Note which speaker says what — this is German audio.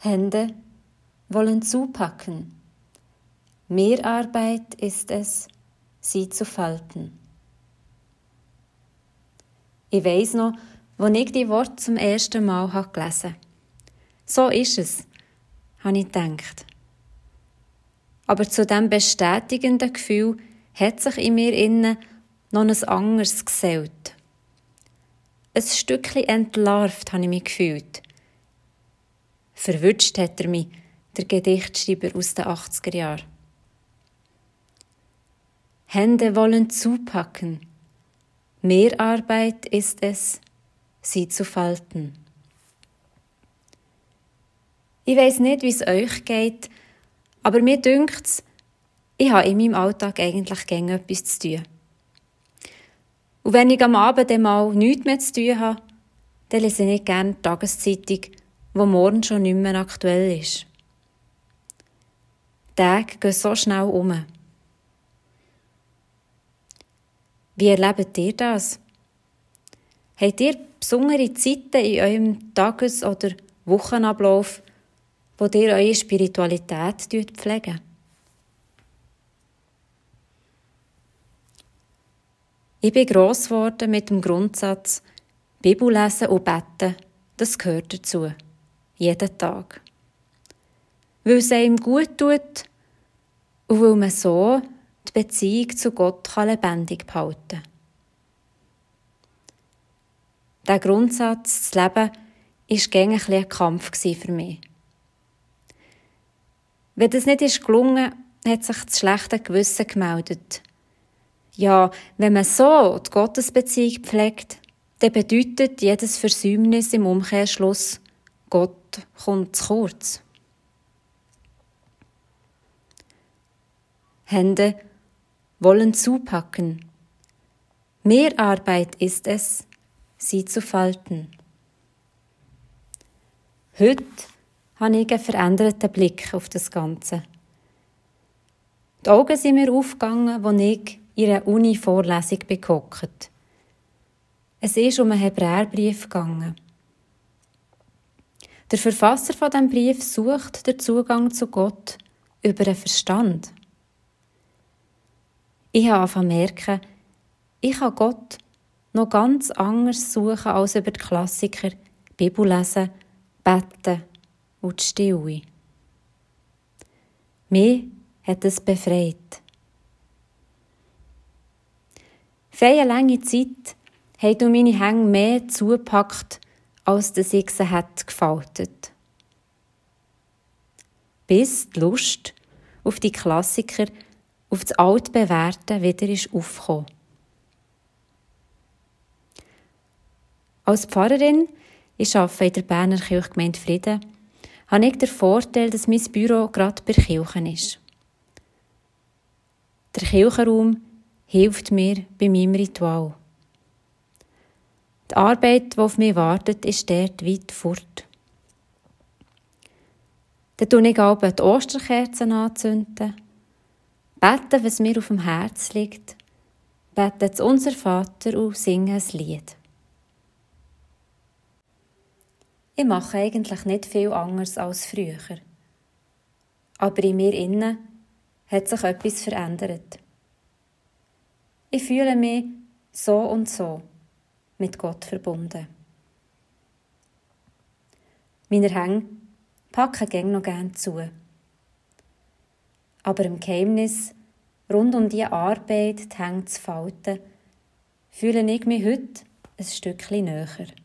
Speaker 1: Hände wollen zupacken. Mehr Arbeit ist es, sie zu falten. Ich weiss noch, als ich die Worte zum ersten Mal gelesen habe. So ist es, habe ich gedacht. Aber zu diesem bestätigenden Gefühl hat sich in mir innen noch ein anderes gesellt. Ein Stückchen entlarvt habe ich mich gefühlt. Verwünscht hat er mich, der Gedichtschreiber aus den 80er Jahren. Hände wollen zupacken. Mehr Arbeit ist es, sie zu falten. Ich weiss nicht, wie es euch geht, aber mir dünkt, ich habe in meinem Alltag eigentlich gerne etwas zu tun. Und wenn ich am Abend einmal nichts mehr zu tun habe, dann lese ich nicht gerne die Tageszeitung, die morgen schon nicht mehr aktuell ist. Die Tage gehen so schnell um. Wie erlebt ihr das? Habt ihr besondere Zeiten in eurem Tages- oder Wochenablauf, wo ihr eure Spiritualität pflegt? Ich bin gross geworden mit dem Grundsatz, Bibel lesen und beten, das gehört dazu. Jeden Tag. Weil es einem gut tut und weil man so die Beziehung zu Gott lebendig behalten kann. Dieser Grundsatz zu leben, war ein Kampf für mich. Wenn das nicht gelungen ist, hat sich das schlechte Gewissen gemeldet. Ja, wenn man so die Gottesbeziehung pflegt, dann bedeutet jedes Versäumnis im Umkehrschluss, Gott kommt zu kurz. Hände wollen zupacken. Mehr Arbeit ist es, sie zu falten. Heute habe ich einen veränderten Blick auf das Ganze. Die Augen sind mir aufgegangen, als ich in einer Uni-Vorlesung gehockt. Es ist um einen Hebräerbrief gegangen. Der Verfasser von diesem Brief sucht den Zugang zu Gott über den Verstand. Ich habe angefangen zu merken, ich kann Gott noch ganz anders suchen als über die Klassiker, Bibel lesen, beten und die Stille. Mich hat es befreit. Für eine lange Zeit haben meine Hände mehr zugepackt, als dass ich sie hätte gefaltet. Bis die Lust auf die Klassiker, auf das Altbewährte wieder ist aufgekommen. Als Pfarrerin, ich arbeite in der Berner Kirchgemeinde Frieden, habe ich den Vorteil, dass mein Büro gerade bei der Kirche ist. Der Kirchenraum hilft mir bei meinem Ritual. Die Arbeit, die auf mich wartet, ist dort weit fort. Dann zünde ich abends die Osterkerzen an, bete, was mir auf dem Herz liegt, bete zu unser Vater und singe ein Lied. Ich mache eigentlich nicht viel anderes als früher. Aber in mir innen hat sich etwas verändert. Ich fühle mich so und so mit Gott verbunden. Meine Hände packen gern noch gern zu. Aber im Geheimnis, rund um diese Arbeit, die Hände zu falten, fühle ich mich heute ein Stückchen näher.